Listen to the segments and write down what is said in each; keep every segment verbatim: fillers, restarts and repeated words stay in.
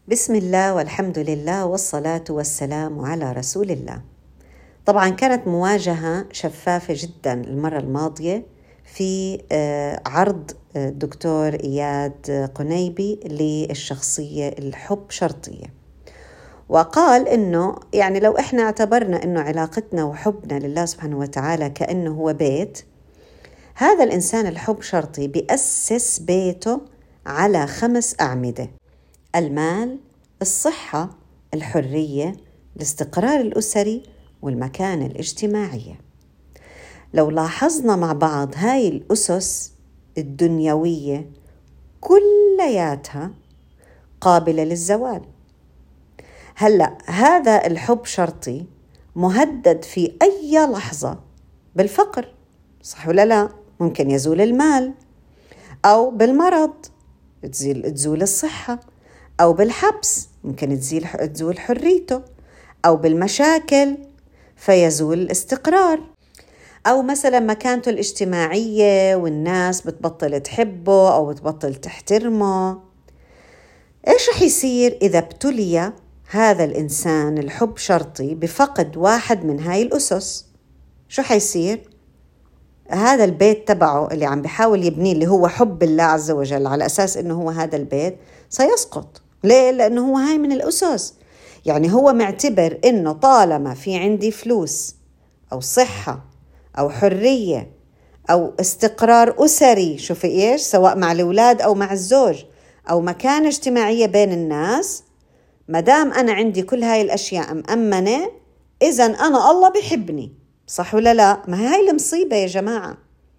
بسم الله والحمد لله والصلاة والسلام على رسول الله. طبعا كانت مواجهة شفافة جدا المرة الماضية في عرض الدكتور إياد قنيبي للشخصية الحب شرطية، وقال إنه يعني لو إحنا اعتبرنا إنه علاقتنا وحبنا لله سبحانه وتعالى كأنه هو بيت، هذا الإنسان الحب شرطي بيأسس بيته على خمس أعمدة: المال، الصحة، الحرية، الاستقرار الأسري، والمكانة الاجتماعية. لو لاحظنا مع بعض هاي الأسس الدنيوية كلياتها قابلة للزوال. هلأ هذا الحب شرطي مهدد في أي لحظة بالفقر، صح ولا لا؟ ممكن يزول المال، أو بالمرض تزول, تزول الصحة، أو بالحبس ممكن تزول, تزول حريته، أو بالمشاكل فيزول الاستقرار، أو مثلا مكانته الاجتماعية والناس بتبطل تحبه أو بتبطل تحترمه. إيش رح يصير إذا ابتلي هذا الإنسان الحب شرطي بفقد واحد من هاي الأسس؟ شو حيصير؟ هذا البيت تبعه اللي عم بيحاول يبنيه اللي هو حب الله عز وجل على أساس إنه هو هذا البيت سيسقط. ليه؟ لأنه هو هاي من الأسس. يعني هو معتبر إنه طالما في عندي فلوس أو صحة أو حرية أو استقرار أسري، شوفي إيش، سواء مع الأولاد أو مع الزوج أو مكانة اجتماعية بين الناس، مدام أنا عندي كل هاي الأشياء مأمنة، إذن أنا الله بيحبني، صح ولا لا؟ ما هاي المصيبة يا جماعة.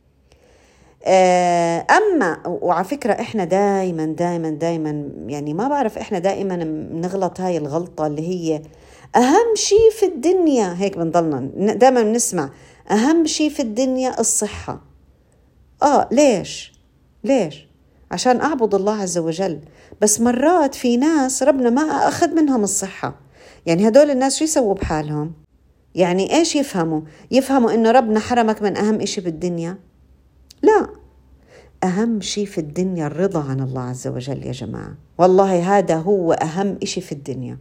أما وعلى فكرة إحنا دايما دايما دايما يعني ما بعرف إحنا دائما نغلط هاي الغلطة اللي هي أهم شيء في الدنيا، هيك بنضلنا دايما نسمع أهم شيء في الدنيا الصحة. آه ليش؟ ليش؟ عشان أعبد الله عز وجل. بس مرات في ناس ربنا ما أخذ منهم الصحة، يعني هدول الناس شو يسووا بحالهم؟ يعني إيش يفهموا؟ يفهموا إنه ربنا حرمك من أهم إشي بالدنيا؟ لا، أهم شيء في الدنيا الرضا عن الله عز وجل يا جماعة. والله هذا هو أهم إشي في الدنيا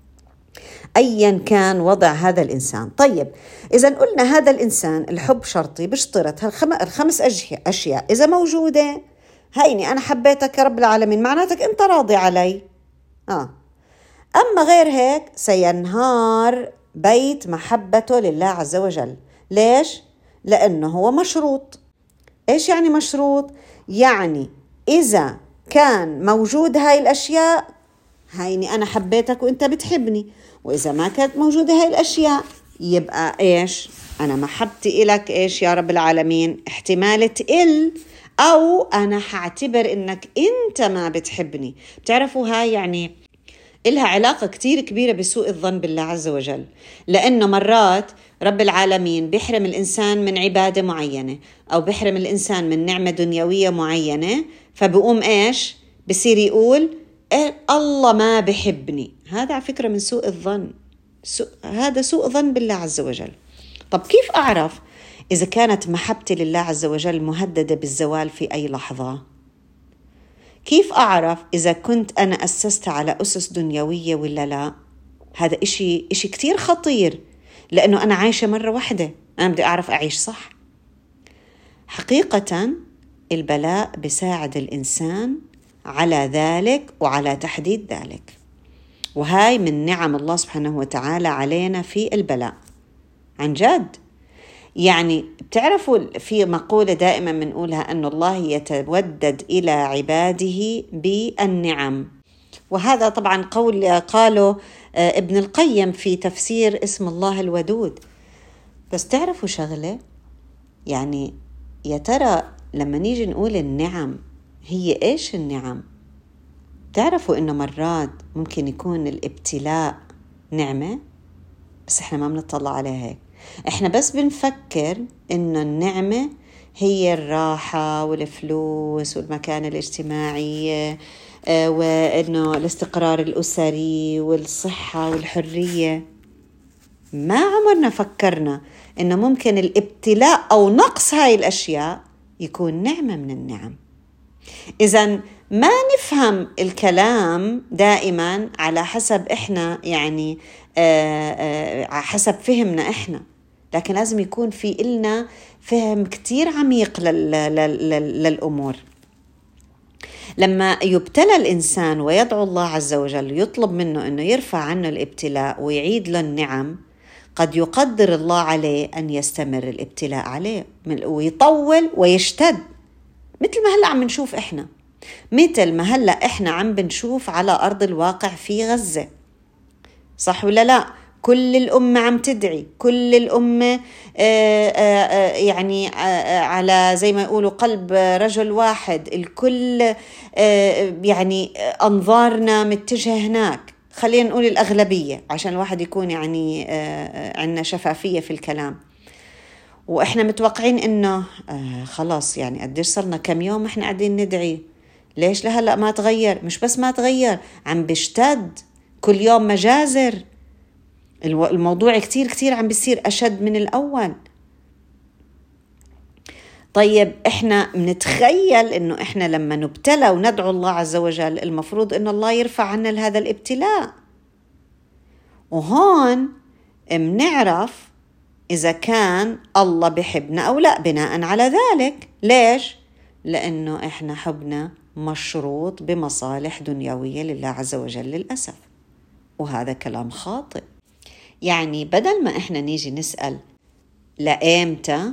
أيا كان وضع هذا الإنسان. طيب إذا قلنا هذا الإنسان الحب شرطي بيشترط الخمس أشياء إذا موجودة، هيني أنا حبيتك يا رب العالمين، معناتك أنت راضي علي. آه. أما غير هيك سينهار بيت محبته لله عز وجل. ليش؟ لأنه هو مشروط. إيش يعني مشروط؟ يعني إذا كان موجود هاي الأشياء، هيني أنا حبيتك وإنت بتحبني، وإذا ما كانت موجودة هاي الأشياء يبقى إيش؟ أنا محبتي إلك إيش يا رب العالمين؟ احتمال تقل، أو أنا حاعتبر إنك أنت ما بتحبني. بتعرفوا هاي يعني إلها علاقة كتير كبيرة بسوء الظن بالله عز وجل، لأنه مرات رب العالمين بيحرم الإنسان من عبادة معينة أو بيحرم الإنسان من نعمة دنيوية معينة، فبقوم إيش؟ بصير يقول إيه الله ما بحبني. هذا على فكرة من سوء الظن، سوء هذا سوء ظن بالله عز وجل. طب كيف أعرف إذا كانت محبتي لله عز وجل مهددة بالزوال في أي لحظة؟ كيف أعرف إذا كنت أنا أسست على أسس دنيوية ولا لا؟ هذا إشي إشي كتير خطير، لأنه أنا عايشة مرة واحدة، أنا بدي أعرف أعيش صح. حقيقة البلاء بيساعد الإنسان على ذلك وعلى تحديد ذلك، وهاي من نعم الله سبحانه وتعالى علينا في البلاء عن جد. يعني بتعرفوا في مقولة دائما منقولها أن الله يتودد إلى عباده بالنعم، وهذا طبعا قول قاله ابن القيم في تفسير اسم الله الودود. بس تعرفوا شغلة، يعني يا ترى لما نيجي نقول النعم هي إيش النعم؟ تعرفوا إنه مرات ممكن يكون الابتلاء نعمة، بس إحنا ما بنطلع عليها هيك. إحنا بس بنفكر إنه النعمة هي الراحة والفلوس والمكانة الاجتماعية وإنه الاستقرار الأسري والصحة والحرية. ما عمرنا فكرنا إنه ممكن الابتلاء أو نقص هاي الأشياء يكون نعمة من النعم. إذن ما نفهم الكلام دائما على حسب إحنا يعني على حسب فهمنا إحنا، لكن لازم يكون في إلنا فهم كتير عميق للأمور. لما يبتلى الإنسان ويدعو الله عز وجل يطلب منه أنه يرفع عنه الابتلاء ويعيد له النعم، قد يقدر الله عليه أن يستمر الابتلاء عليه ويطول ويشتد، مثل ما هلأ عم نشوف إحنا مثل ما هلأ إحنا عم بنشوف على أرض الواقع في غزة، صح ولا لا؟ كل الأمة عم تدعي، كل الأمة يعني على زي ما يقولوا قلب رجل واحد، الكل يعني أنظارنا متجهة هناك، خلينا نقول الأغلبية عشان الواحد يكون يعني عندنا شفافية في الكلام. وإحنا متوقعين إنه خلاص يعني قديش صرنا كم يوم إحنا قاعدين ندعي، ليش لهلأ ما تغير؟ مش بس ما تغير، عم بيشتد، كل يوم مجازر، الموضوع كتير كتير عم بيصير أشد من الأول. طيب إحنا منتخيل إنه إحنا لما نبتلى وندعو الله عز وجل المفروض إنه الله يرفع عنا هذا الابتلاء، وهون منعرف إذا كان الله بحبنا أو لا بناء على ذلك. ليش؟ لأنه إحنا حبنا مشروط بمصالح دنيوية لله عز وجل للأسف، وهذا كلام خاطئ. يعني بدل ما إحنا نيجي نسأل لأمتى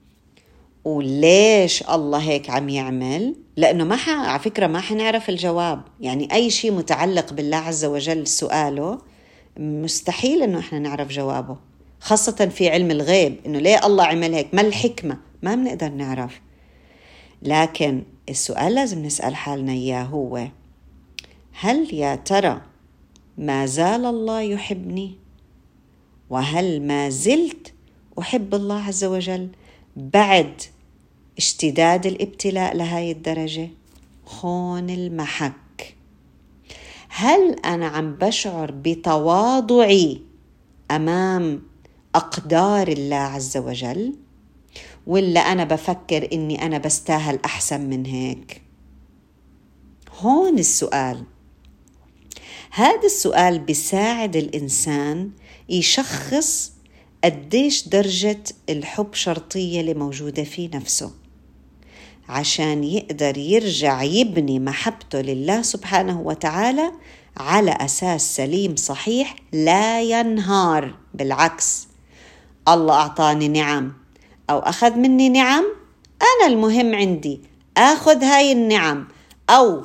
وليش الله هيك عم يعمل، لأنه ما ح... على فكرة ما حنعرف الجواب. يعني أي شيء متعلق بالله عز وجل سؤاله مستحيل إنه إحنا نعرف جوابه، خاصة في علم الغيب، إنه ليه الله عمل هيك، ما الحكمة، ما بنقدر نعرف. لكن السؤال لازم نسأل حالنا إياه هو: هل يا ترى ما زال الله يحبني؟ وهل ما زلت أحب الله عز وجل بعد اشتداد الابتلاء لهاي الدرجة؟ هون المحك. هل أنا عم بشعر بتواضعي أمام أقدار الله عز وجل، ولا أنا بفكر إني أنا بستاهل أحسن من هيك؟ هون السؤال. هذا السؤال بيساعد الإنسان يشخص قديش درجة الحب شرطية اللي موجودة في نفسه، عشان يقدر يرجع يبني محبته لله سبحانه وتعالى على أساس سليم صحيح لا ينهار. بالعكس، الله أعطاني نعم أو أخذ مني نعم، أنا المهم عندي أخذ هاي النعم أو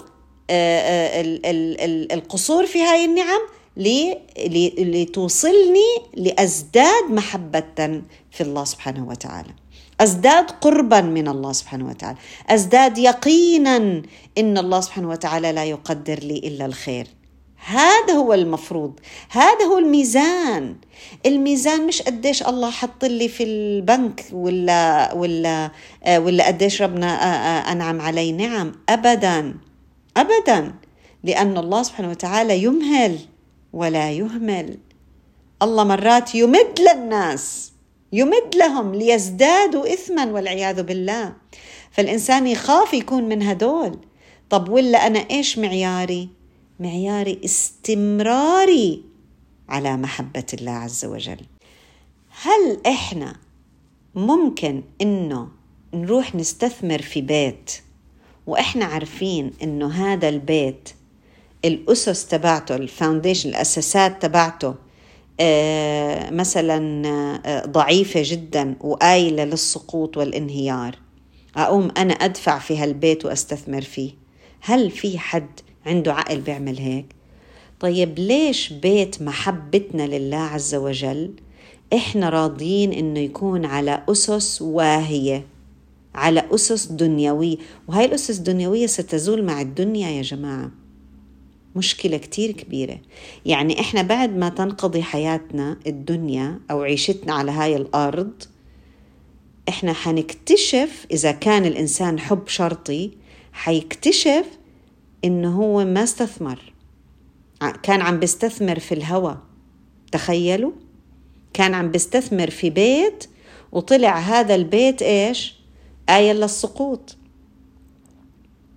القصور في هاي النعم لتوصلني لأزداد محبة في الله سبحانه وتعالى، أزداد قربا من الله سبحانه وتعالى، أزداد يقينا إن الله سبحانه وتعالى لا يقدر لي إلا الخير. هذا هو المفروض، هذا هو الميزان. الميزان مش قديش الله حط لي في البنك ولا ولا ولا قديش ربنا أنعم علي نعم، أبدا أبدا، لأن الله سبحانه وتعالى يمهل ولا يهمل. الله مرات يمد للناس، يمد لهم ليزدادوا إثما والعياذ بالله، فالإنسان يخاف يكون من هدول. طب ولا أنا إيش معياري؟ معياري استمراري على محبة الله عز وجل. هل إحنا ممكن إنه نروح نستثمر في بيت وإحنا عارفين إنه هذا البيت الأسس تبعته، الفاونديشن، الأساسات تبعته آه مثلا آه ضعيفة جدا وآيلة للسقوط والانهيار، أقوم أنا أدفع في هالبيت وأستثمر فيه؟ هل في حد عنده عقل بيعمل هيك؟ طيب ليش بيت محبتنا لله عز وجل إحنا راضيين إنه يكون على أسس واهية، على أسس دنيوية؟ وهاي الأسس الدنيوية ستزول مع الدنيا يا جماعة. مشكلة كتير كبيرة. يعني إحنا بعد ما تنقضي حياتنا الدنيا أو عيشتنا على هاي الأرض، إحنا حنكتشف إذا كان الإنسان حب شرطي، حيكتشف إنه هو ما استثمر، كان عم بيستثمر في الهوى. تخيلوا، كان عم بيستثمر في بيت وطلع هذا البيت إيش؟ آية للسقوط.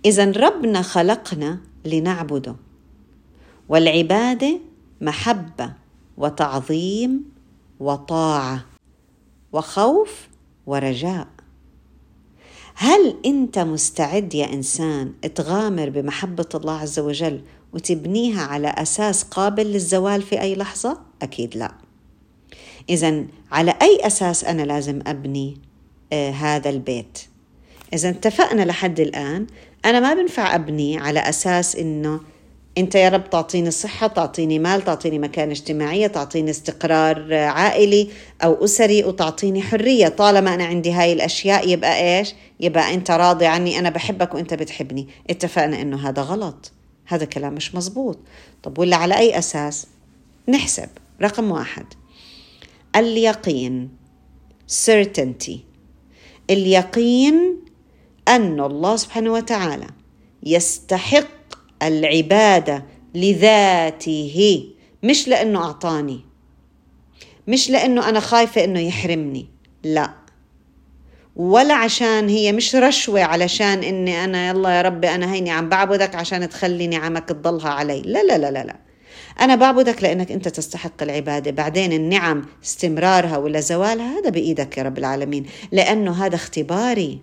إذن ربنا خلقنا لنعبده، والعبادة محبة وتعظيم وطاعة وخوف ورجاء. هل أنت مستعد يا إنسان تغامر بمحبة الله عز وجل وتبنيها على أساس قابل للزوال في أي لحظة؟ أكيد لا. إذن على أي أساس أنا لازم أبني آه هذا البيت؟ إذا اتفقنا لحد الآن أنا ما بنفع أبني على أساس إنه أنت يا رب تعطيني صحة، تعطيني مال، تعطيني مكان اجتماعي، تعطيني استقرار عائلي أو أسري، وتعطيني حرية. طالما أنا عندي هاي الأشياء يبقى إيش؟ يبقى أنت راضي عني، أنا بحبك وأنت بتحبني. اتفقنا إنه هذا غلط، هذا كلام مش مزبوط. طب ولا على أي أساس؟ نحسب. رقم واحد، اليقين، certainty. اليقين أن الله سبحانه وتعالى يستحق العبادة لذاته، مش لأنه أعطاني، مش لأنه أنا خايفة أنه يحرمني، لا، ولا عشان هي مش رشوة علشان أني أنا يلا يا ربي أنا هيني عم بعبدك عشان تخلي نعمك تضلها علي. لا لا لا لا لا، أنا بعبدك لأنك أنت تستحق العبادة. بعدين النعم استمرارها ولا زوالها هذا بإيدك يا رب العالمين، لأنه هذا اختباري.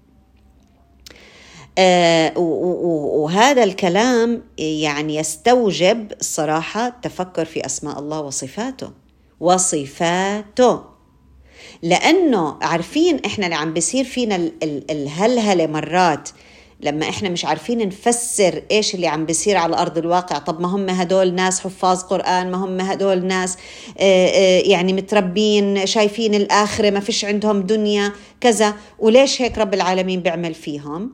آه وهذا الكلام يعني يستوجب الصراحة التفكر في أسماء الله وصفاته وصفاته، لأنه عارفين إحنا اللي عم بيصير فينا الهلهلة مرات لما إحنا مش عارفين نفسر إيش اللي عم بيصير على أرض الواقع. طب ما هم هدول ناس حفاظ قرآن، ما هم هدول ناس آه آه يعني متربين شايفين الآخرة، ما فيش عندهم دنيا كذا، وليش هيك رب العالمين بيعمل فيهم؟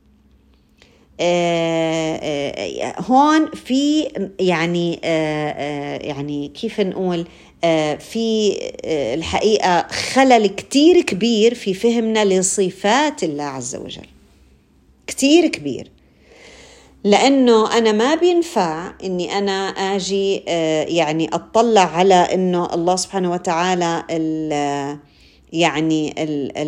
آه آه هون في يعني آه آه يعني كيف نقول آه في آه الحقيقة خلل كتير كبير في فهمنا لصفات الله عز وجل، كتير كبير. لأنه أنا ما بينفع إني أنا أجي آه يعني أطلع على إنه الله سبحانه وتعالى يعني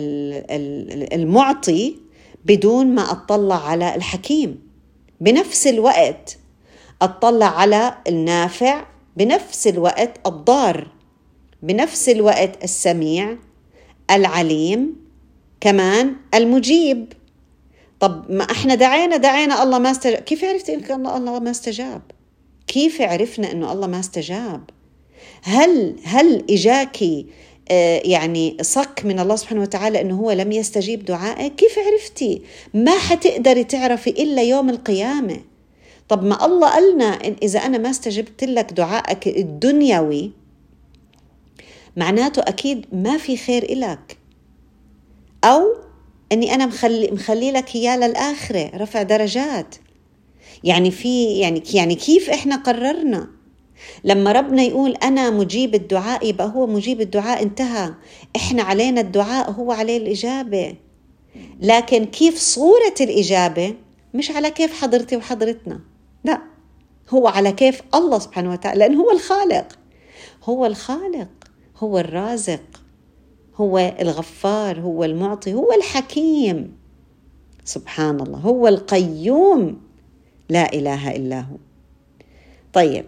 المعطي بدون ما أطلع على الحكيم، بنفس الوقت أطلع على النافع، بنفس الوقت الضار، بنفس الوقت السميع العليم، كمان المجيب. طب ما احنا دعينا دعينا الله ما استجاب، كيف عرفت انك الله الله ما استجاب؟ كيف عرفنا انه الله ما استجاب؟ هل هل اجاكي يعني صك من الله سبحانه وتعالى أنه هو لم يستجيب دعائك؟ كيف عرفتي؟ ما حتقدري تعرفي إلا يوم القيامة. طب ما الله قالنا إن إذا أنا ما استجبت لك دعائك الدنيوي معناته أكيد ما في خير إلك، أو أني أنا مخلي, مخلي لك إياه للآخرة، رفع درجات. يعني في يعني يعني كيف إحنا قررنا؟ لما ربنا يقول أنا مجيب الدعاء يبقى هو مجيب الدعاء، انتهى. إحنا علينا الدعاء، هو عليه الإجابة. لكن كيف صورة الإجابة مش على كيف حضرتي وحضرتنا، لا، هو على كيف الله سبحانه وتعالى، لأن هو الخالق، هو الخالق، هو الرازق، هو الغفار، هو المعطي، هو الحكيم، سبحان الله، هو القيوم، لا إله إلا هو. طيب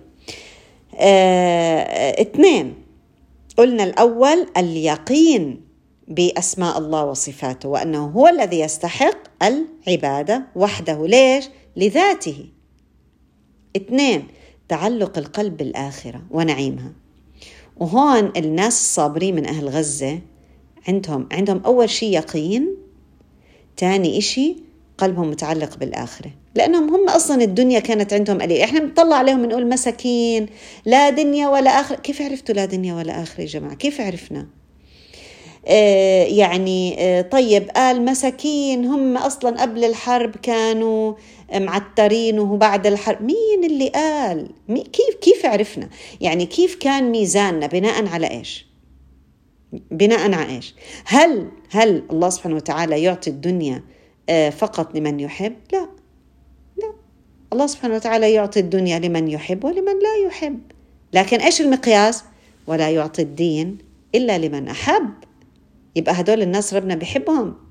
آه، اثنين، قلنا الأول اليقين بأسماء الله وصفاته وأنه هو الذي يستحق العبادة وحده، ليش؟ لذاته. اثنين، تعلق القلب بالآخرة ونعيمها. وهون الناس الصابرين من أهل غزة عندهم عندهم أول شيء يقين، تاني إشي قلبهم متعلق بالآخرة، لأنهم هم أصلا الدنيا كانت عندهم قليل. إحنا بنطلع عليهم بنقول مساكين، لا دنيا ولا آخرة. كيف عرفتوا لا دنيا ولا آخرة يا جماعة؟ كيف عرفنا؟ آه يعني آه طيب قال مساكين، هم أصلا قبل الحرب كانوا معترين وبعد الحرب. مين اللي قال؟ مين؟ كيف كيف عرفنا؟ يعني كيف كان ميزاننا؟ بناء على إيش؟ بناء على إيش؟ هل هل الله سبحانه وتعالى يعطي الدنيا فقط لمن يحب؟ لا لا، الله سبحانه وتعالى يعطي الدنيا لمن يحب ولمن لا يحب. لكن إيش المقياس؟ ولا يعطي الدين إلا لمن أحب. يبقى هدول الناس ربنا بيحبهم،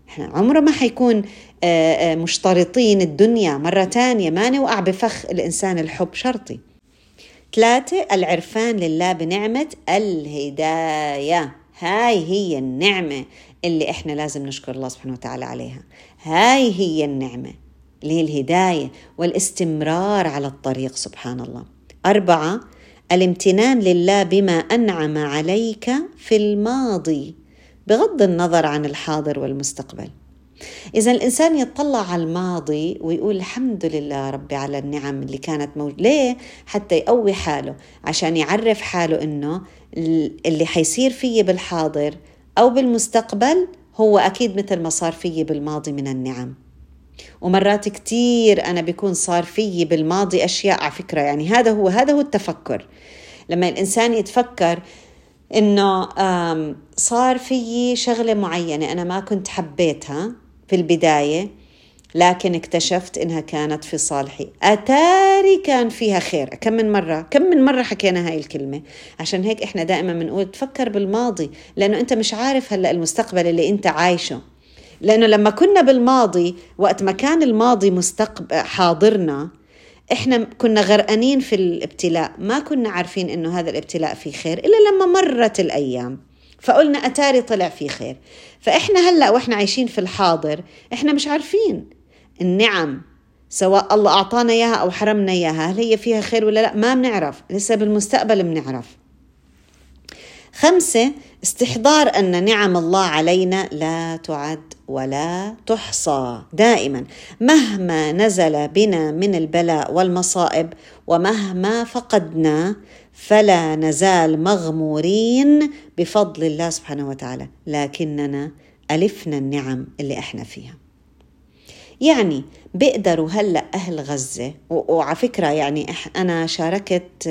إحنا عمره ما حيكون مشترطين الدنيا مرة تانية، ما نوقع بفخ الإنسان الحب شرطي. ثلاثة، العرفان لله بنعمة الهداية. هاي هي النعمة اللي إحنا لازم نشكر الله سبحانه وتعالى عليها. هاي هي النعمة اللي هي الهداية والاستمرار على الطريق سبحان الله. أربعة، الامتنان لله بما أنعم عليك في الماضي بغض النظر عن الحاضر والمستقبل. إذا الإنسان يطلع على الماضي ويقول الحمد لله ربي على النعم اللي كانت موجودة. ليه؟ حتى يقوي حاله، عشان يعرف حاله إنه اللي حيصير فيه بالحاضر أو بالمستقبل هو أكيد مثل ما صار فيه بالماضي من النعم. ومرات كتير أنا بيكون صار فيه بالماضي أشياء على فكرة، يعني هذا هو هذا هو التفكر. لما الإنسان يتفكر إنه صار فيه شغلة معينة أنا ما كنت حبيتها في البداية، لكن اكتشفت إنها كانت في صالحي، أتاري كان فيها خير. كم من مرة كم من مرة حكينا هاي الكلمة. عشان هيك إحنا دائما بنقول تفكر بالماضي، لأنه أنت مش عارف هلأ المستقبل اللي أنت عايشه. لأنه لما كنا بالماضي، وقت ما كان الماضي مستقبل حاضرنا، إحنا كنا غرقانين في الابتلاء، ما كنا عارفين إنه هذا الابتلاء فيه خير إلا لما مرت الأيام فقلنا أتاري طلع فيه خير. فإحنا هلأ وإحنا عايشين في الحاضر إحنا مش عارفين النعم سواء الله أعطانا إياها أو حرمنا إياها هل هي فيها خير ولا لا، ما بنعرف، لسه بالمستقبل بنعرف. خمسة، استحضار أن نعم الله علينا لا تعد ولا تحصى دائما، مهما نزل بنا من البلاء والمصائب ومهما فقدنا فلا نزال مغمورين بفضل الله سبحانه وتعالى، لكننا ألفنا النعم اللي احنا فيها. يعني بيقدروا هلأ أهل غزة، وعلى فكرة يعني أنا شاركت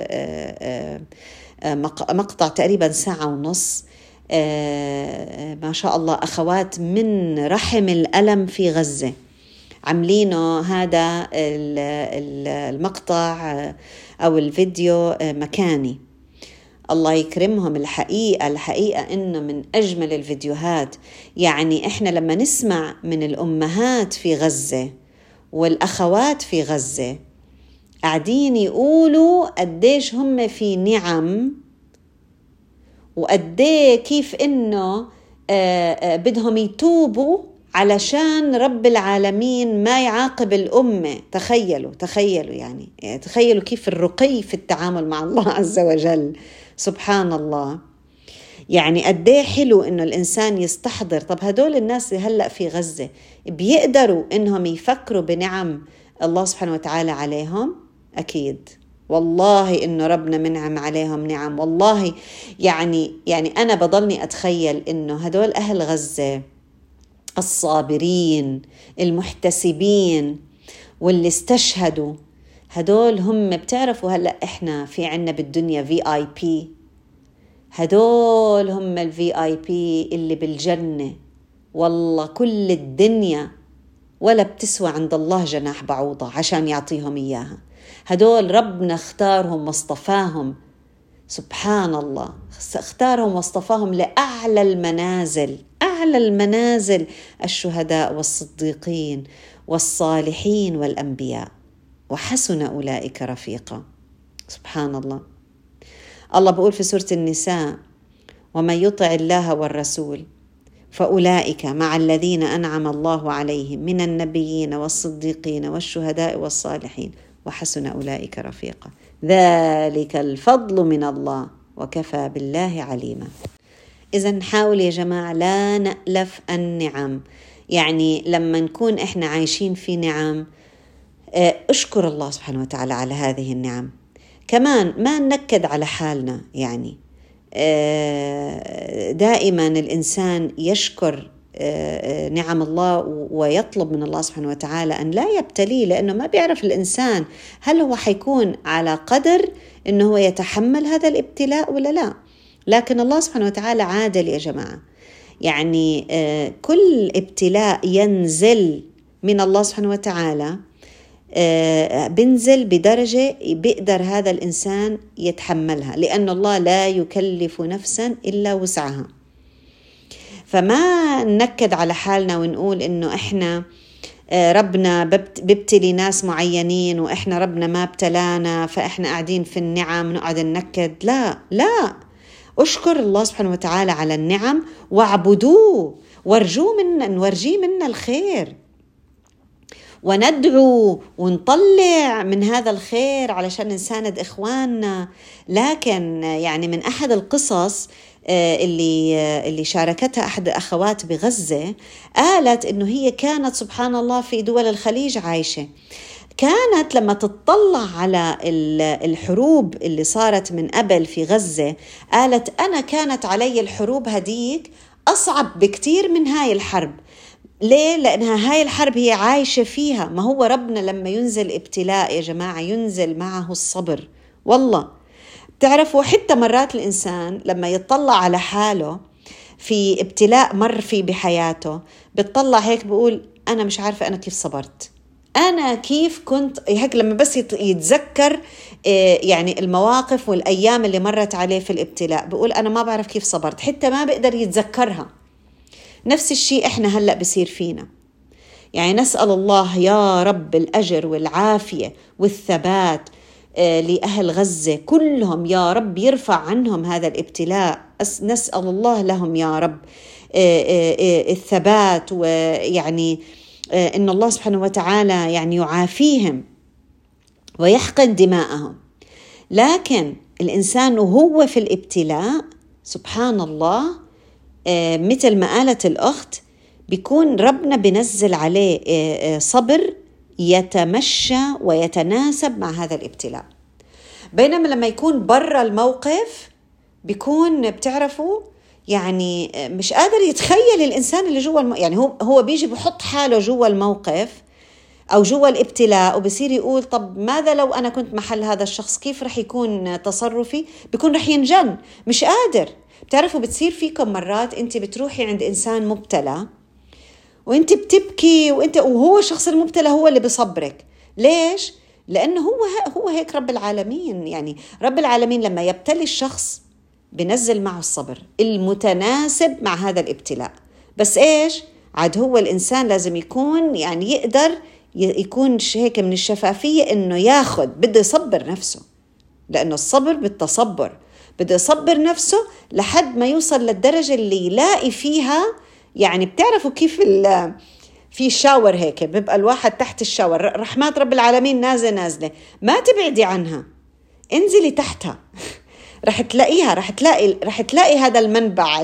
مقطع تقريبا ساعة ونص، ما شاء الله أخوات من رحم الألم في غزة عاملينه هذا المقطع أو الفيديو مكاني، الله يكرمهم. الحقيقة الحقيقة إنه من أجمل الفيديوهات. يعني إحنا لما نسمع من الأمهات في غزة والأخوات في غزة قاعدين يقولوا قديش هم في نعم، وقديه كيف إنه بدهم يتوبوا علشان رب العالمين ما يعاقب الأمة. تخيلوا تخيلوا يعني تخيلوا كيف الرقي في التعامل مع الله عز وجل. سبحان الله. يعني قديه حلو إنه الإنسان يستحضر. طب هدول الناس اللي هلأ في غزة بيقدروا إنهم يفكروا بنعم الله سبحانه وتعالى عليهم؟ أكيد والله إنه ربنا منعم عليهم نعم. والله يعني يعني أنا بضلني أتخيل إنه هدول أهل غزة الصابرين المحتسبين واللي استشهدوا، هدول هم بتعرفوا هلأ إحنا في عنا بالدنيا في آي بي، هدول هم الفي آي بي اللي بالجنة. والله كل الدنيا ولا بتسوى عند الله جناح بعوضة عشان يعطيهم إياها. هدول ربنا اختارهم واصطفاهم، سبحان الله، اختارهم واصطفاهم لأعلى المنازل، أعلى المنازل، الشهداء والصديقين والصالحين والأنبياء، وحسن أولئك رفيقا. سبحان الله. الله بقول في سورة النساء: ومن يطع الله والرسول فأولئك مع الذين أنعم الله عليهم من النبيين والصديقين والشهداء والصالحين وحسن أولئك رفيقا، ذلك الفضل من الله وكفى بالله عليما. إذا نحاول يا جماعة لا نألف النعم. يعني لما نكون إحنا عايشين في نعم أشكر الله سبحانه وتعالى على هذه النعم. كمان ما ننكد على حالنا، يعني دائما الإنسان يشكر نعم الله ويطلب من الله سبحانه وتعالى أن لا يبتليه، لأنه ما بيعرف الإنسان هل هو حيكون على قدر أنه هو يتحمل هذا الابتلاء ولا لا. لكن الله سبحانه وتعالى عادل يا جماعة. يعني كل ابتلاء ينزل من الله سبحانه وتعالى بنزل بدرجة بيقدر هذا الإنسان يتحملها، لأن الله لا يكلف نفسا إلا وسعها. فما ننكد على حالنا ونقول إنه إحنا ربنا ببتلي ناس معينين وإحنا ربنا ما ابتلانا فإحنا قاعدين في النعم نقعد ننكد. لا لا، أشكر الله سبحانه وتعالى على النعم واعبدوه وارجوه منا، نورجيه منا الخير وندعو ونطلع من هذا الخير علشان نساند إخواننا. لكن يعني من أحد القصص اللي اللي شاركتها أحد الأخوات بغزة، قالت إنه هي كانت سبحان الله في دول الخليج عايشة، كانت لما تطلع على الحروب اللي صارت من قبل في غزة، قالت أنا كانت علي الحروب هديك أصعب بكتير من هاي الحرب. ليه؟ لأنها هاي الحرب هي عايشة فيها. ما هو ربنا لما ينزل ابتلاء يا جماعة ينزل معه الصبر. والله بتعرفوا حتى مرات الإنسان لما يطلع على حاله في ابتلاء مر فيه بحياته بتطلع هيك بقول أنا مش عارفة أنا كيف صبرت، أنا كيف كنت هيك. لما بس يتذكر يعني المواقف والأيام اللي مرت عليه في الابتلاء بقول أنا ما بعرف كيف صبرت، حتى ما بقدر يتذكرها. نفس الشيء إحنا هلأ بصير فينا. يعني نسأل الله يا رب الأجر والعافية والثبات لأهل غزة كلهم، يا رب يرفع عنهم هذا الابتلاء. نسأل الله لهم يا رب الثبات، ويعني إن الله سبحانه وتعالى يعني يعافيهم ويحقن دماءهم. لكن الإنسان وهو في الابتلاء سبحان الله مثل ما قالت الأخت بيكون ربنا بنزل عليه صبر يتمشى ويتناسب مع هذا الابتلاء. بينما لما يكون برا الموقف بيكون بتعرفوا يعني مش قادر يتخيل الإنسان اللي جوا الم... يعني هو هو بيجي بحط حاله جوا الموقف أو جوا الابتلاء وبصير يقول طب ماذا لو أنا كنت محل هذا الشخص، كيف رح يكون تصرفي؟ بيكون رح ينجن، مش قادر. بتعرفوا بتصير فيكم مرات أنت بتروحي عند إنسان مبتلى وانت بتبكي وانت وهو الشخص المبتلى هو اللي بصبرك. ليش؟ لأنه هو هو هيك رب العالمين. يعني رب العالمين لما يبتلي الشخص بنزل معه الصبر المتناسب مع هذا الابتلاء. بس إيش؟ عاد هو الإنسان لازم يكون يعني يقدر يكون هيك من الشفافية إنه ياخد، بده يصبر نفسه، لأنه الصبر بالتصبر، بده يصبر نفسه لحد ما يوصل للدرجة اللي يلاقي فيها. يعني بتعرفوا كيف في شاور هيك بيبقى الواحد تحت الشاور، رحمات رب العالمين نازلة نازلة، ما تبعدي عنها، انزلي تحتها رح تلاقيها، رح تلاقي رح تلاقي هذا المنبع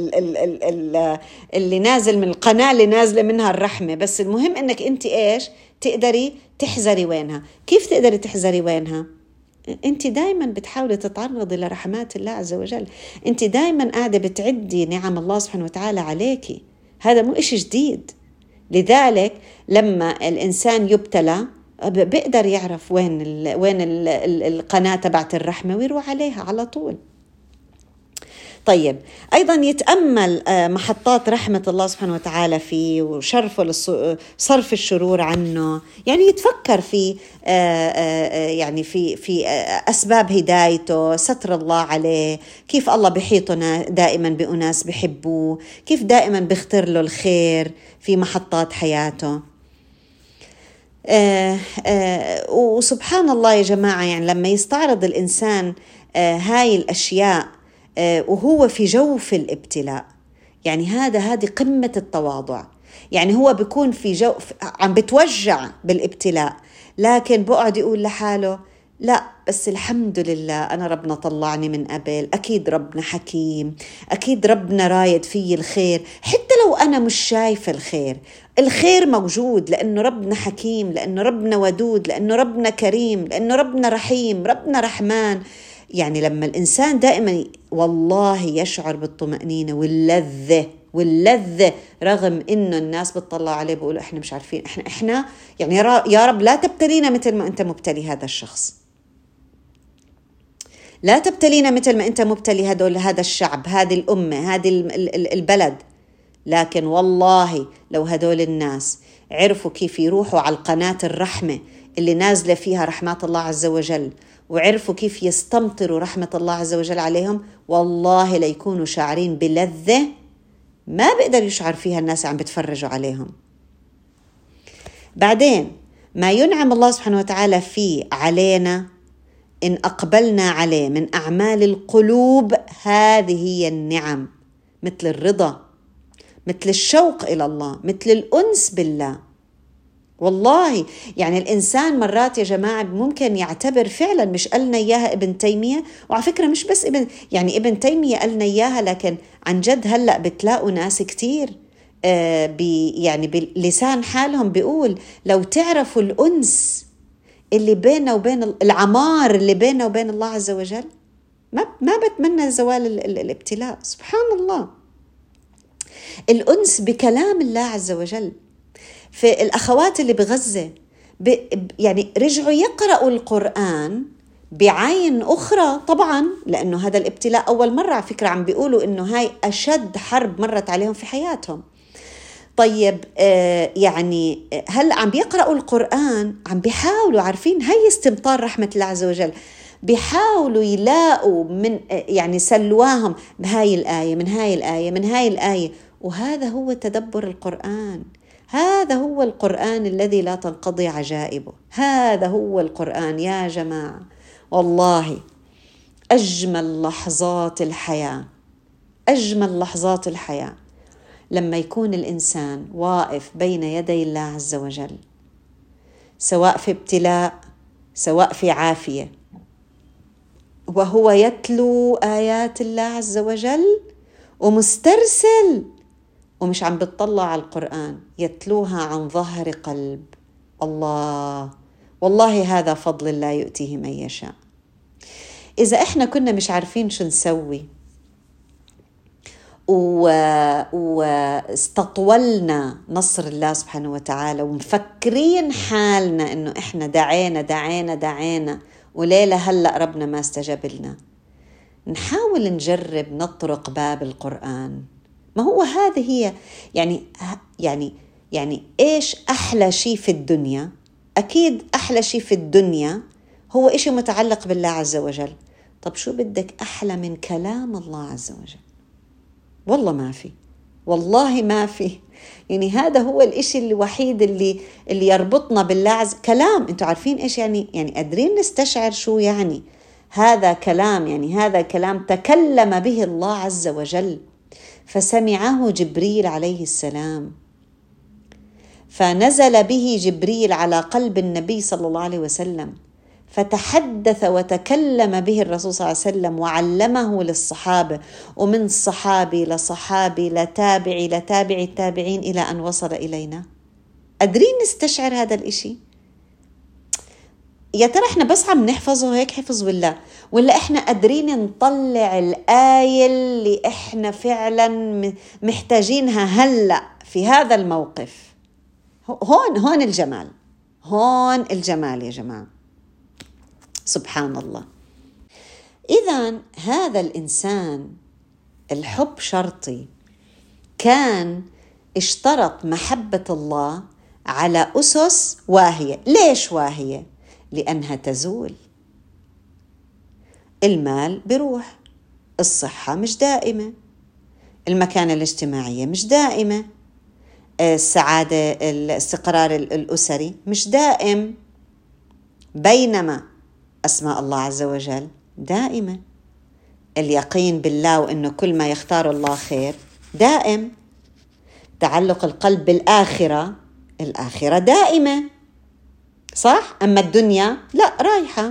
اللي نازل من القناة اللي نازلة منها الرحمة. بس المهم انك انت ايش تقدري تحذري وينها. كيف تقدري تحذري وينها؟ انت دايما بتحاولي تتعرضي لرحمات الله عز وجل، انت دايما قاعدة بتعدي نعم الله سبحانه وتعالى عليكي، هذا مو إشي جديد. لذلك لما الإنسان يبتلى بيقدر يعرف وين ال وين ال القناة تبعت الرحمة ويروح عليها على طول. طيب أيضا يتأمل محطات رحمة الله سبحانه وتعالى فيه وشرفه صرف الشرور عنه، يعني يتفكر في يعني في في أسباب هدايته، ستر الله عليه، كيف الله بيحيطنا دائما بأناس بيحبوه، كيف دائما بيختار له الخير في محطات حياته. وسبحان الله يا جماعة، يعني لما يستعرض الإنسان هاي الأشياء وهو في جوف الابتلاء، يعني هذا هذه قمة التواضع. يعني هو بيكون في جو عم بتوجع بالابتلاء، لكن بقعد يقول لحاله لا بس الحمد لله أنا ربنا طلعني من قبل، أكيد ربنا حكيم، أكيد ربنا رايد في الخير، حتى لو أنا مش شايف الخير، الخير موجود لأنه ربنا حكيم، لأنه ربنا ودود، لأنه ربنا كريم، لأنه ربنا رحيم، ربنا رحمن. يعني لما الإنسان دائما والله يشعر بالطمأنينة واللذة واللذة رغم إنه الناس بتطلع عليه بيقولوا إحنا مش عارفين، إحنا إحنا يعني يا رب لا تبتلينا مثل ما أنت مبتلي هذا الشخص، لا تبتلينا مثل ما أنت مبتلي هذول هذا الشعب، هذه الأمة، هذه البلد. لكن والله لو هذول الناس عرفوا كيف يروحوا على القناة الرحمة اللي نازلة فيها رحمات الله عز وجل، وعرفوا كيف يستمطروا رحمة الله عز وجل عليهم، والله ليكونوا شاعرين بلذة ما بيقدر يشعر فيها الناس عم بتفرجوا عليهم. بعدين ما ينعم الله سبحانه وتعالى فيه علينا إن أقبلنا عليه من أعمال القلوب، هذه هي النعم، مثل الرضا، مثل الشوق إلى الله، مثل الأنس بالله. والله يعني الإنسان مرات يا جماعة ممكن يعتبر فعلا، مش قالنا إياها ابن تيمية، وعلى فكرة مش بس ابن يعني ابن تيمية قالنا إياها، لكن عن جد هلأ بتلاقوا ناس كتير آه بي يعني بلسان حالهم بيقول لو تعرفوا الأنس اللي بيننا وبين العمار اللي بيننا وبين الله عز وجل ما ما بتمنى زوال ال ال الابتلاء. سبحان الله، الأنس بكلام الله عز وجل. في الأخوات اللي بغزة يعني رجعوا يقرأوا القرآن بعين أخرى طبعا، لأنه هذا الابتلاء أول مرة على فكرة، عم بيقولوا إنه هاي أشد حرب مرت عليهم في حياتهم. طيب آه يعني هل عم بيقرأوا القرآن، عم بيحاولوا، عارفين هاي استمطار رحمة الله عز وجل، بيحاولوا يلاقوا من يعني سلواهم بهاي الآية من هاي الآية من هاي الآية. وهذا هو تدبر القرآن، هذا هو القرآن الذي لا تنقضي عجائبه، هذا هو القرآن يا جماعة. والله أجمل لحظات الحياة، أجمل لحظات الحياة لما يكون الإنسان واقف بين يدي الله عز وجل، سواء في ابتلاء سواء في عافية، وهو يتلو آيات الله عز وجل ومسترسل ومش عم بتطلع على القرآن، يتلوها عن ظهر قلب. الله، والله هذا فضل الله يؤتيه من يشاء. إذا إحنا كنا مش عارفين شو نسوي واستطولنا نصر الله سبحانه وتعالى ومفكرين حالنا إنه إحنا دعينا دعينا دعينا وليلة هلأ ربنا ما استجاب لنا، نحاول نجرب نطرق باب القرآن. ما هو هذه هي يعني يعني يعني إيش أحلى شيء في الدنيا؟ أكيد أحلى شيء في الدنيا هو إشي متعلق بالله عز وجل. طب شو بدك أحلى من كلام الله عز وجل؟ والله ما في، والله ما في. يعني هذا هو الإشي الوحيد اللي اللي يربطنا بالله عز وجل. كلام، أنتوا عارفين إيش يعني؟ يعني قادرين نستشعر شو يعني هذا كلام؟ يعني هذا كلام تكلم به الله عز وجل، فسمعه جبريل عليه السلام، فنزل به جبريل على قلب النبي صلى الله عليه وسلم، فتحدث وتكلم به الرسول صلى الله عليه وسلم وعلمه للصحابة، ومن صحابي لصحابي لتابعي لتابعي التابعين إلى أن وصل إلينا. قادرين نستشعر هذا الإشي؟ يا ترى إحنا بس عم نحفظه هيك حفظ ولا ولا إحنا قادرين نطلع الآية اللي إحنا فعلا محتاجينها هلأ في هذا الموقف؟ هون هون الجمال، هون الجمال يا جماعة. سبحان الله. إذن هذا الإنسان الحب شرطي، كان اشترط محبة الله على أسس واهية. ليش واهية؟ لأنها تزول. المال بروح، الصحة مش دائمة، المكانة الاجتماعية مش دائمة، السعادة الاستقرار الأسري مش دائم، بينما أسماء الله عز وجل دائمة. اليقين بالله وإنه كل ما يختار الله خير دائم. تعلق القلب بالآخرة، الآخرة دائمة، صح؟ أما الدنيا لا، رايحة.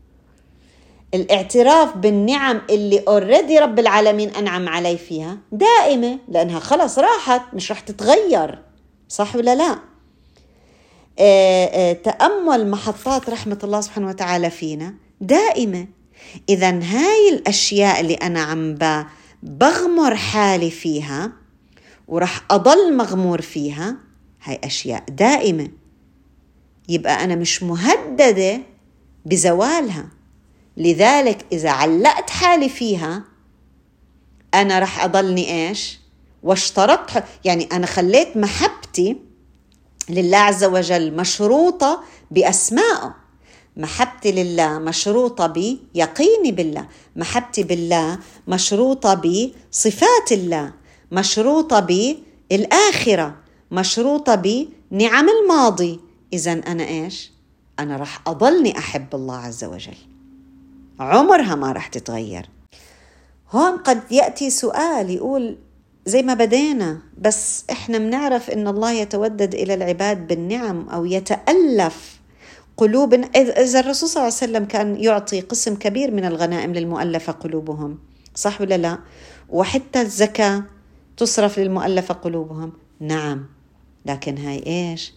الاعتراف بالنعم اللي أوريدي رب العالمين أنعم علي فيها دائمة، لأنها خلاص راحت، مش رح تتغير، صح ولا لا؟ آه آه تأمل محطات رحمة الله سبحانه وتعالى فينا دائمة. إذن هاي الأشياء اللي أنا عم بغمر حالي فيها ورح أضل مغمور فيها، هاي أشياء دائمة، يبقى أنا مش مهددة بزوالها. لذلك إذا علقت حالي فيها أنا رح أضلني إيش؟ واشترطت، يعني أنا خليت محبتي لله عز وجل مشروطة بأسمائه، محبتي لله مشروطة بيقيني بالله، محبتي بالله مشروطة بصفات الله، مشروطة بالآخرة، مشروطة بنعم الماضي. إذن أنا إيش؟ أنا رح أضلني أحب الله عز وجل، عمرها ما رح تتغير. هون قد يأتي سؤال يقول زي ما بدينا، بس إحنا منعرف إن الله يتودد إلى العباد بالنعم أو يتألف قلوب. إذا الرسول صلى الله عليه وسلم كان يعطي قسم كبير من الغنائم للمؤلفة قلوبهم، صح ولا لا؟ وحتى الزكاة تصرف للمؤلفة قلوبهم، نعم، لكن هاي إيش؟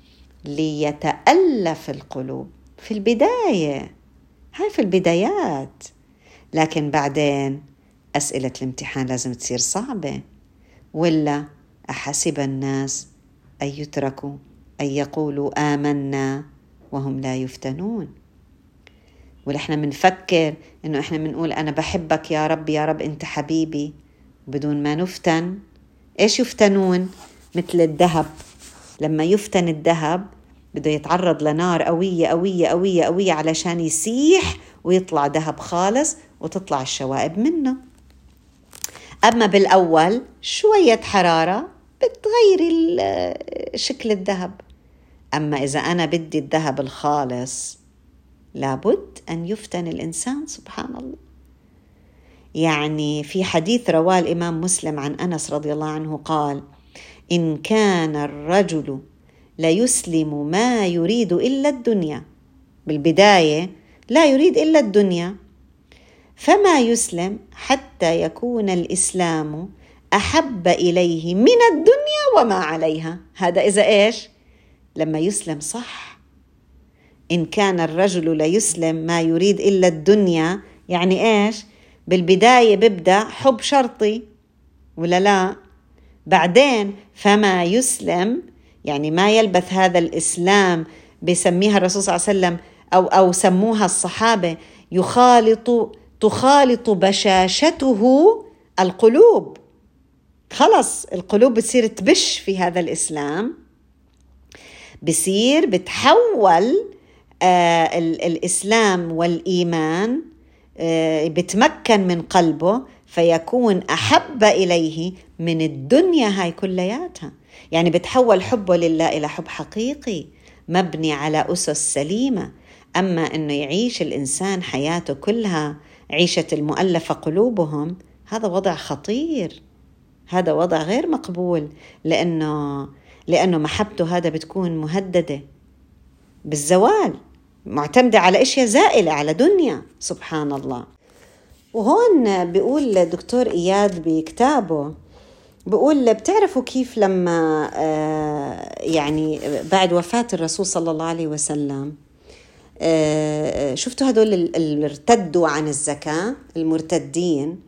ليتألف القلوب في البداية، هاي في البدايات. لكن بعدين أسئلة الامتحان لازم تصير صعبة، ولا أحسب الناس أن يتركوا أن يقولوا آمنا وهم لا يفتنون. ولحنا منفكر إنه إحنا منقول أنا بحبك يا رب يا رب أنت حبيبي بدون ما نفتن. إيش يفتنون؟ مثل الذهب، لما يفتن الذهب بده يتعرض لنار قوية قوية قوية قوية علشان يسيح ويطلع ذهب خالص وتطلع الشوائب منه. أما بالأول شوية حرارة بتغير شكل الذهب. أما إذا أنا بدي الذهب الخالص لابد أن يفتن الإنسان، سبحان الله. يعني في حديث رواه الإمام مسلم عن أنس رضي الله عنه قال: إن كان الرجل ليسلم ما يريد إلا الدنيا، بالبداية لا يريد إلا الدنيا، فما يسلم حتى يكون الإسلام أحب إليه من الدنيا وما عليها. هذا إذا إيش؟ لما يسلم صح. إن كان الرجل ليسلم ما يريد إلا الدنيا، يعني إيش؟ بالبداية ببدأ حب شرطي ولا لا؟ بعدين فما يسلم يعني ما يلبث هذا الإسلام، بيسميها الرسول صلى الله عليه وسلم أو, أو سموها الصحابة يخالط تخالط بشاشته القلوب. خلص القلوب بتصير تبش في هذا الإسلام، بصير بتحول آه الإسلام والإيمان آه بتمكن من قلبه، فيكون أحب إليه من الدنيا هاي كلياتها. يعني بتحول حبه لله إلى حب حقيقي مبني على أسس سليمة. أما أنه يعيش الإنسان حياته كلها عيشة المؤلفة قلوبهم، هذا وضع خطير، هذا وضع غير مقبول، لأنه لأنه محبته هذا بتكون مهددة بالزوال، معتمدة على أشياء زائلة، على دنيا، سبحان الله. وهون بيقول دكتور إياد بكتابه، بيقول بتعرفوا كيف لما يعني بعد وفاة الرسول صلى الله عليه وسلم شفتوا هدول اللي ارتدوا عن الزكاة، المرتدين،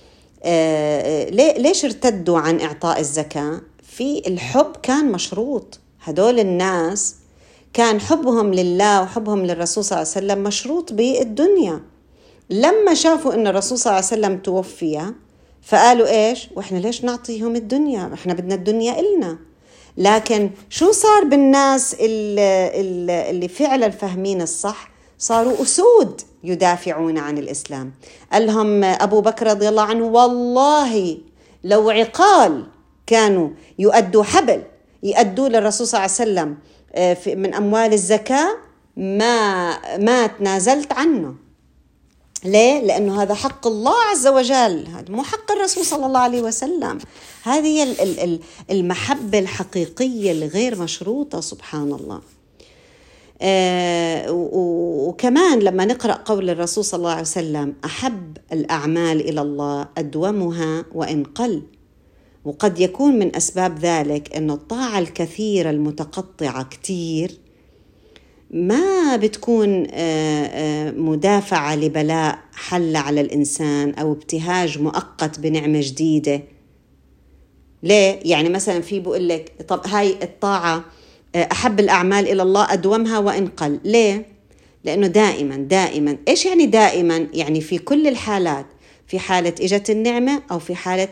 ليش ارتدوا عن إعطاء الزكاة؟ في الحب كان مشروط. هدول الناس كان حبهم لله وحبهم للرسول صلى الله عليه وسلم مشروط بالدنيا. لما شافوا أن الرسول صلى الله عليه وسلم توفي فقالوا إيش؟ وإحنا ليش نعطيهم الدنيا؟ إحنا بدنا الدنيا إلنا. لكن شو صار بالناس اللي, اللي فعلا فاهمين الصح؟ صاروا أسود يدافعون عن الإسلام. قال لهم أبو بكر رضي الله عنه: والله لو عقال كانوا يؤدوا حبل يؤدوا للرسول صلى الله عليه وسلم من أموال الزكاة ما ما تنازلت عنه. ليه؟ لأنه هذا حق الله عز وجل، هذا مو حق الرسول صلى الله عليه وسلم. هذه هي المحبة الحقيقية الغير مشروطة، سبحان الله. آه وكمان لما نقرأ قول الرسول صلى الله عليه وسلم: أحب الأعمال إلى الله أدومها وإن قل. وقد يكون من أسباب ذلك أن الطاعة الكثيرة المتقطعة كتير ما بتكون مدافعة لبلاء حل على الإنسان أو ابتهاج مؤقت بنعمة جديدة. ليه؟ يعني مثلا في بقول لك طب هاي الطاعة أحب الأعمال إلى الله أدومها وإن قل. ليه؟ لأنه دائما دائما. إيش يعني دائما؟ يعني في كل الحالات، في حالة إجت النعمة أو في حالة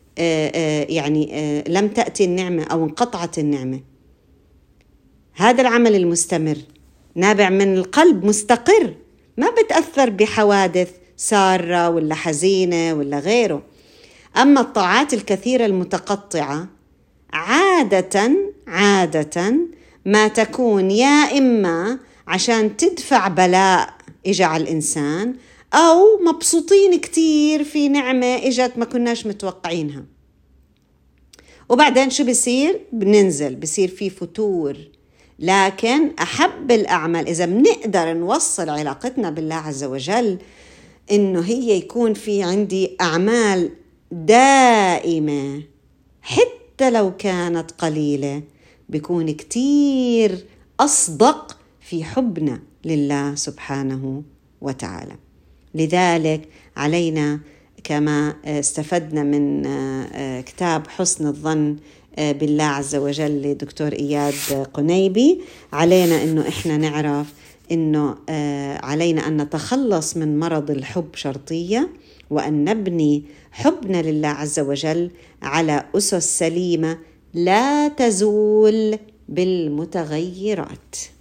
يعني لم تأتي النعمة أو انقطعت النعمة. هذا العمل المستمر نابع من القلب، مستقر، ما بتأثر بحوادث سارة ولا حزينة ولا غيره. أما الطاعات الكثيرة المتقطعة عادة عادة ما تكون يا إما عشان تدفع بلاء إجا على الإنسان، أو مبسوطين كتير في نعمة إجت ما كناش متوقعينها، وبعدين شو بيصير؟ بننزل، بيصير في فتور. لكن أحب الأعمال إذا بنقدر نوصل علاقتنا بالله عز وجل إنه هي يكون في عندي أعمال دائمة حتى لو كانت قليلة، بيكون كتير أصدق في حبنا لله سبحانه وتعالى. لذلك علينا كما استفدنا من كتاب حسن الظن بالله عز وجل لدكتور إياد قنيبي، علينا إنه إحنا نعرف إنه علينا أن نتخلص من مرض الحب شرطية، وأن نبني حبنا لله عز وجل على أسس سليمة لا تزول بالمتغيرات.